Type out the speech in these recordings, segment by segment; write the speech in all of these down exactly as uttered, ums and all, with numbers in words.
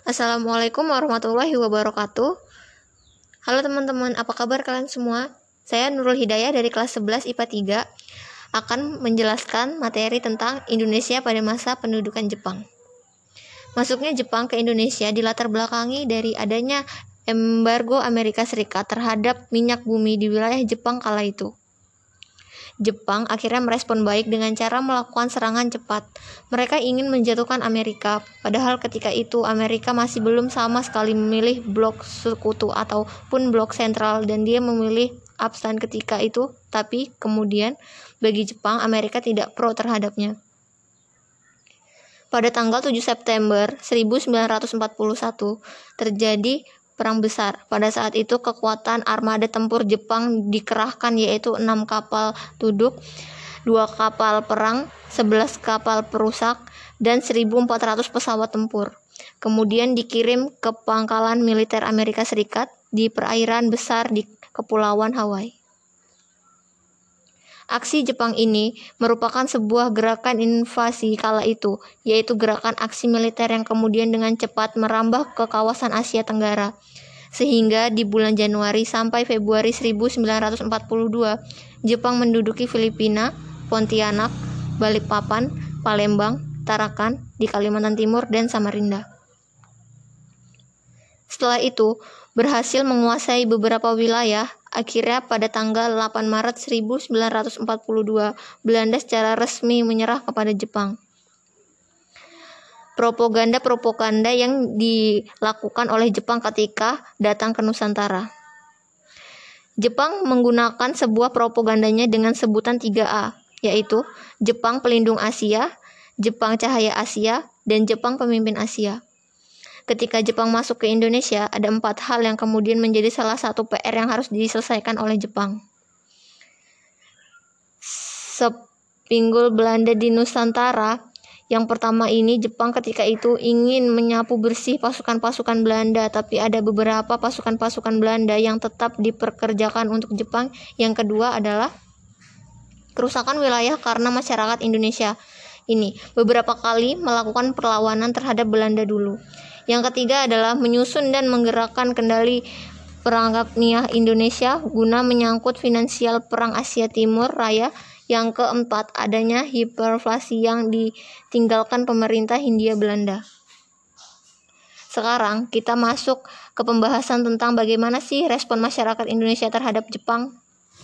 Assalamualaikum warahmatullahi wabarakatuh. Halo teman-teman, apa kabar kalian semua? Saya Nurul Hidayah dari kelas sebelas I P A tiga akan menjelaskan materi tentang Indonesia pada masa pendudukan Jepang. Masuknya Jepang ke Indonesia dilatar belakangi dari adanya embargo Amerika Serikat terhadap minyak bumi di wilayah Jepang kala itu. Jepang akhirnya merespon baik dengan cara melakukan serangan cepat. Mereka ingin menjatuhkan Amerika, padahal ketika itu Amerika masih belum sama sekali memilih blok sekutu ataupun blok sentral dan dia memilih abstain ketika itu, tapi kemudian bagi Jepang, Amerika tidak pro terhadapnya. Pada tanggal tujuh September seribu sembilan ratus empat puluh satu terjadi Perang Besar. Pada saat itu kekuatan armada tempur Jepang dikerahkan yaitu enam kapal tunduk, dua kapal perang, sebelas kapal perusak, dan seribu empat ratus pesawat tempur. Kemudian dikirim ke pangkalan militer Amerika Serikat di perairan besar di Kepulauan Hawaii. Aksi Jepang ini merupakan sebuah gerakan invasi kala itu, yaitu gerakan aksi militer yang kemudian dengan cepat merambah ke kawasan Asia Tenggara. Sehingga di bulan Januari sampai Februari seribu sembilan ratus empat puluh dua, Jepang menduduki Filipina, Pontianak, Balikpapan, Palembang, Tarakan di Kalimantan Timur, dan Samarinda. Setelah itu, berhasil menguasai beberapa wilayah. Akhirnya pada tanggal delapan Maret seribu sembilan ratus empat puluh dua, Belanda secara resmi menyerah kepada Jepang. Propaganda-propaganda yang dilakukan oleh Jepang ketika datang ke Nusantara. Jepang menggunakan sebuah propagandanya dengan sebutan tiga A, yaitu Jepang Pelindung Asia, Jepang Cahaya Asia, dan Jepang Pemimpin Asia. Ketika Jepang masuk ke Indonesia, ada empat hal yang kemudian menjadi salah satu P R yang harus diselesaikan oleh Jepang. Sepinggul Belanda di Nusantara, yang pertama ini Jepang ketika itu ingin menyapu bersih pasukan-pasukan Belanda, tapi ada beberapa pasukan-pasukan Belanda yang tetap diperkerjakan untuk Jepang. Yang kedua adalah kerusakan wilayah karena masyarakat Indonesia ini beberapa kali melakukan perlawanan terhadap Belanda dulu. Yang ketiga adalah menyusun dan menggerakkan kendali perangkap niah Indonesia guna menyangkut finansial Perang Asia Timur Raya. Yang keempat, adanya hiperinflasi yang ditinggalkan pemerintah Hindia Belanda. Sekarang kita masuk ke pembahasan tentang bagaimana sih respon masyarakat Indonesia terhadap Jepang.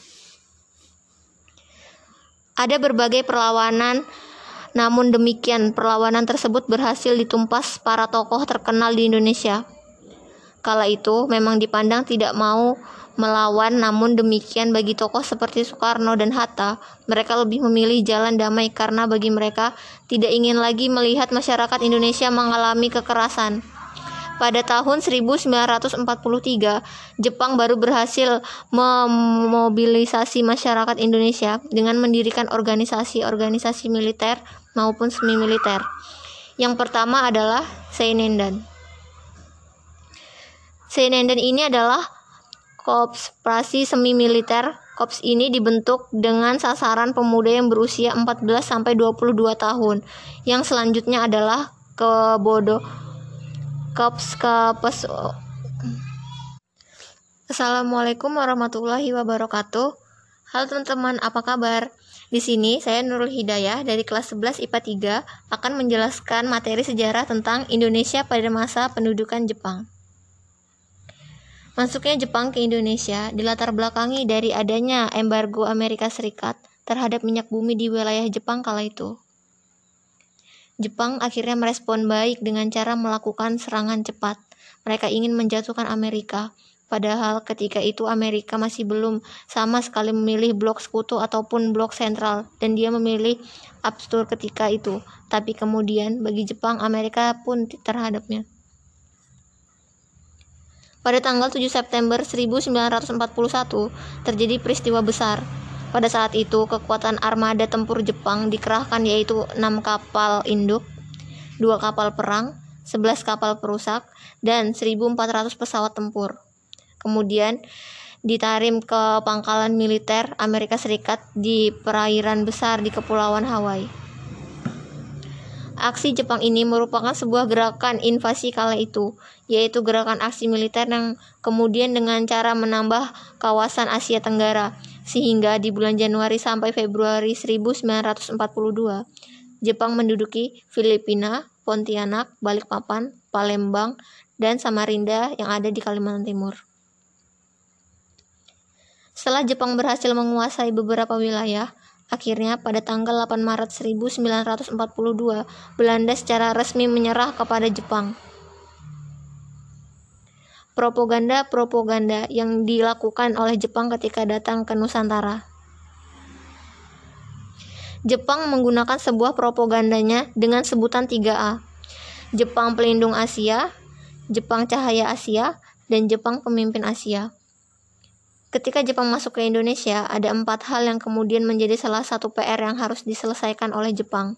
Ada berbagai perlawanan. Namun demikian, perlawanan tersebut berhasil ditumpas para tokoh terkenal di Indonesia. Kala itu memang dipandang tidak mau melawan, namun demikian bagi tokoh seperti Soekarno dan Hatta, mereka lebih memilih jalan damai karena bagi mereka tidak ingin lagi melihat masyarakat Indonesia mengalami kekerasan. Pada tahun seribu sembilan ratus empat puluh tiga, Jepang baru berhasil memobilisasi masyarakat Indonesia dengan mendirikan organisasi-organisasi militer maupun semi-militer. Yang pertama adalah Seinendan. Seinendan ini adalah koperasi semi-militer. Korps ini dibentuk dengan sasaran pemuda yang berusia empat belas sampai dua puluh dua tahun. Yang selanjutnya adalah Kebodo Korps Kepes. Assalamualaikum warahmatullahi wabarakatuh. Halo teman-teman, apa kabar? Di sini saya Nurul Hidayah dari kelas sebelas I P A tiga akan menjelaskan materi sejarah tentang Indonesia pada masa pendudukan Jepang. Masuknya Jepang ke Indonesia dilatar belakangi dari adanya embargo Amerika Serikat terhadap minyak bumi di wilayah Jepang kala itu. Jepang akhirnya merespon baik dengan cara melakukan serangan cepat. Mereka ingin menjatuhkan Amerika, padahal ketika itu Amerika masih belum sama sekali memilih blok sekutu ataupun blok sentral, dan dia memilih abstain ketika itu. Tapi kemudian bagi Jepang, Amerika pun terhadapnya. Pada tanggal tujuh September seribu sembilan ratus empat puluh satu terjadi peristiwa besar. Pada saat itu kekuatan armada tempur Jepang dikerahkan yaitu enam kapal induk, dua kapal perang, sebelas kapal perusak, dan seribu empat ratus pesawat tempur. Kemudian ditarim ke pangkalan militer Amerika Serikat di perairan besar di Kepulauan Hawaii. Aksi Jepang ini merupakan sebuah gerakan invasi kala itu, yaitu gerakan aksi militer yang kemudian dengan cara menambah kawasan Asia Tenggara, sehingga di bulan Januari sampai Februari seribu sembilan ratus empat puluh dua, Jepang menduduki Filipina, Pontianak, Balikpapan, Palembang, dan Samarinda yang ada di Kalimantan Timur. Setelah Jepang berhasil menguasai beberapa wilayah, akhirnya pada tanggal delapan Maret seribu sembilan ratus empat puluh dua, Belanda secara resmi menyerah kepada Jepang. Propaganda-propaganda yang dilakukan oleh Jepang ketika datang ke Nusantara. Jepang menggunakan sebuah propagandanya dengan sebutan tiga A. Jepang Pelindung Asia, Jepang Cahaya Asia, dan Jepang Pemimpin Asia. Ketika Jepang masuk ke Indonesia, ada empat hal yang kemudian menjadi salah satu P R yang harus diselesaikan oleh Jepang.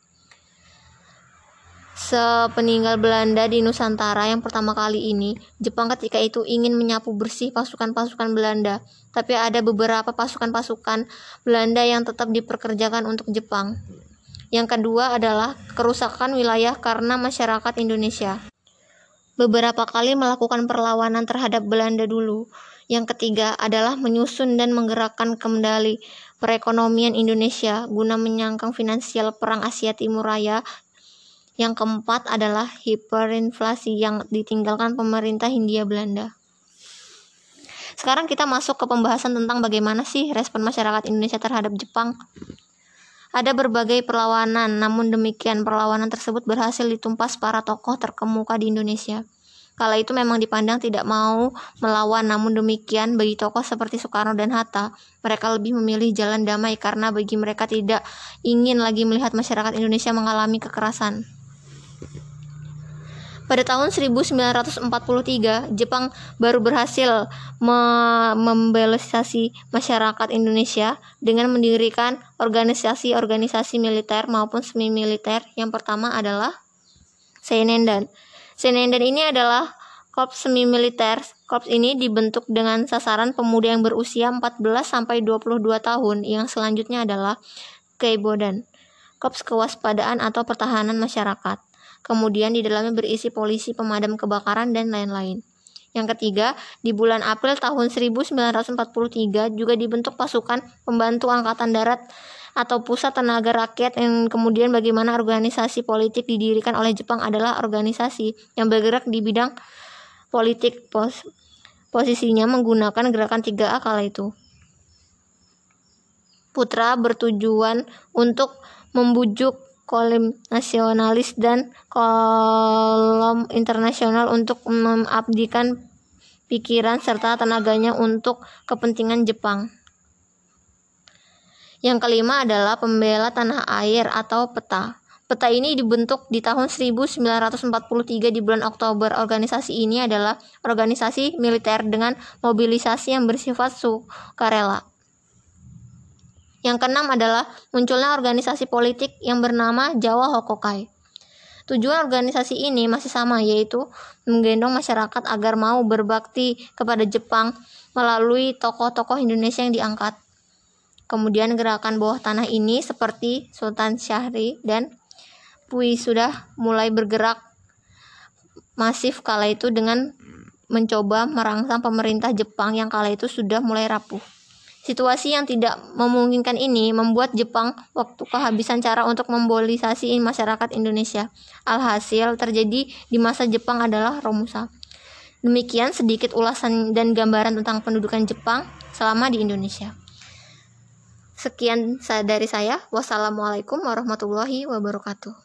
Sepeninggal Belanda di Nusantara yang pertama kali ini, Jepang ketika itu ingin menyapu bersih pasukan-pasukan Belanda, tapi ada beberapa pasukan-pasukan Belanda yang tetap diperkerjakan untuk Jepang. Yang kedua adalah kerusakan wilayah karena masyarakat Indonesia beberapa kali melakukan perlawanan terhadap Belanda dulu. Yang ketiga adalah menyusun dan menggerakkan kembali perekonomian Indonesia guna menyangkang finansial Perang Asia Timur Raya. Yang keempat adalah hiperinflasi yang ditinggalkan pemerintah Hindia Belanda. Sekarang kita masuk ke pembahasan tentang bagaimana sih respon masyarakat Indonesia terhadap Jepang. Ada berbagai perlawanan, namun demikian perlawanan tersebut berhasil ditumpas para tokoh terkemuka di Indonesia. Kala itu memang dipandang tidak mau melawan, namun demikian bagi tokoh seperti Soekarno dan Hatta, mereka lebih memilih jalan damai karena bagi mereka tidak ingin lagi melihat masyarakat Indonesia mengalami kekerasan. Pada tahun seribu sembilan ratus empat puluh tiga, Jepang baru berhasil me- membelasasi masyarakat Indonesia dengan mendirikan organisasi-organisasi militer maupun semi-militer. Yang pertama adalah Seinendan. Seinendan ini adalah korps semi-militer. Korps ini dibentuk dengan sasaran pemuda yang berusia empat belas sampai dua puluh dua tahun. Yang selanjutnya adalah Keibodan, korps kewaspadaan atau pertahanan masyarakat. Kemudian di dalamnya berisi polisi, pemadam kebakaran, dan lain-lain. Yang ketiga, di bulan April tahun seribu sembilan ratus empat puluh tiga juga dibentuk pasukan pembantu angkatan darat atau pusat tenaga rakyat, yang kemudian bagaimana organisasi politik didirikan oleh Jepang adalah organisasi yang bergerak di bidang politik. Pos- posisinya menggunakan gerakan tiga A kala itu. Putra bertujuan untuk membujuk kolom nasionalis dan kolom internasional untuk mengabdikan pikiran serta tenaganya untuk kepentingan Jepang. Yang kelima adalah pembela tanah air atau P E T A. P E T A ini dibentuk di tahun seribu sembilan ratus empat puluh tiga di bulan Oktober. Organisasi ini adalah organisasi militer dengan mobilisasi yang bersifat sukarela. Yang keenam adalah munculnya organisasi politik yang bernama Jawa Hokokai. Tujuan organisasi ini masih sama, yaitu menggendong masyarakat agar mau berbakti kepada Jepang melalui tokoh-tokoh Indonesia yang diangkat. Kemudian gerakan bawah tanah ini seperti Sultan Syahrir dan Pui sudah mulai bergerak masif kala itu dengan mencoba merangsang pemerintah Jepang yang kala itu sudah mulai rapuh. Situasi yang tidak memungkinkan ini membuat Jepang waktu kehabisan cara untuk memmobilisasi masyarakat Indonesia. Alhasil terjadi di masa Jepang adalah Romusa. Demikian sedikit ulasan dan gambaran tentang pendudukan Jepang selama di Indonesia. Sekian dari saya. Wassalamualaikum warahmatullahi wabarakatuh.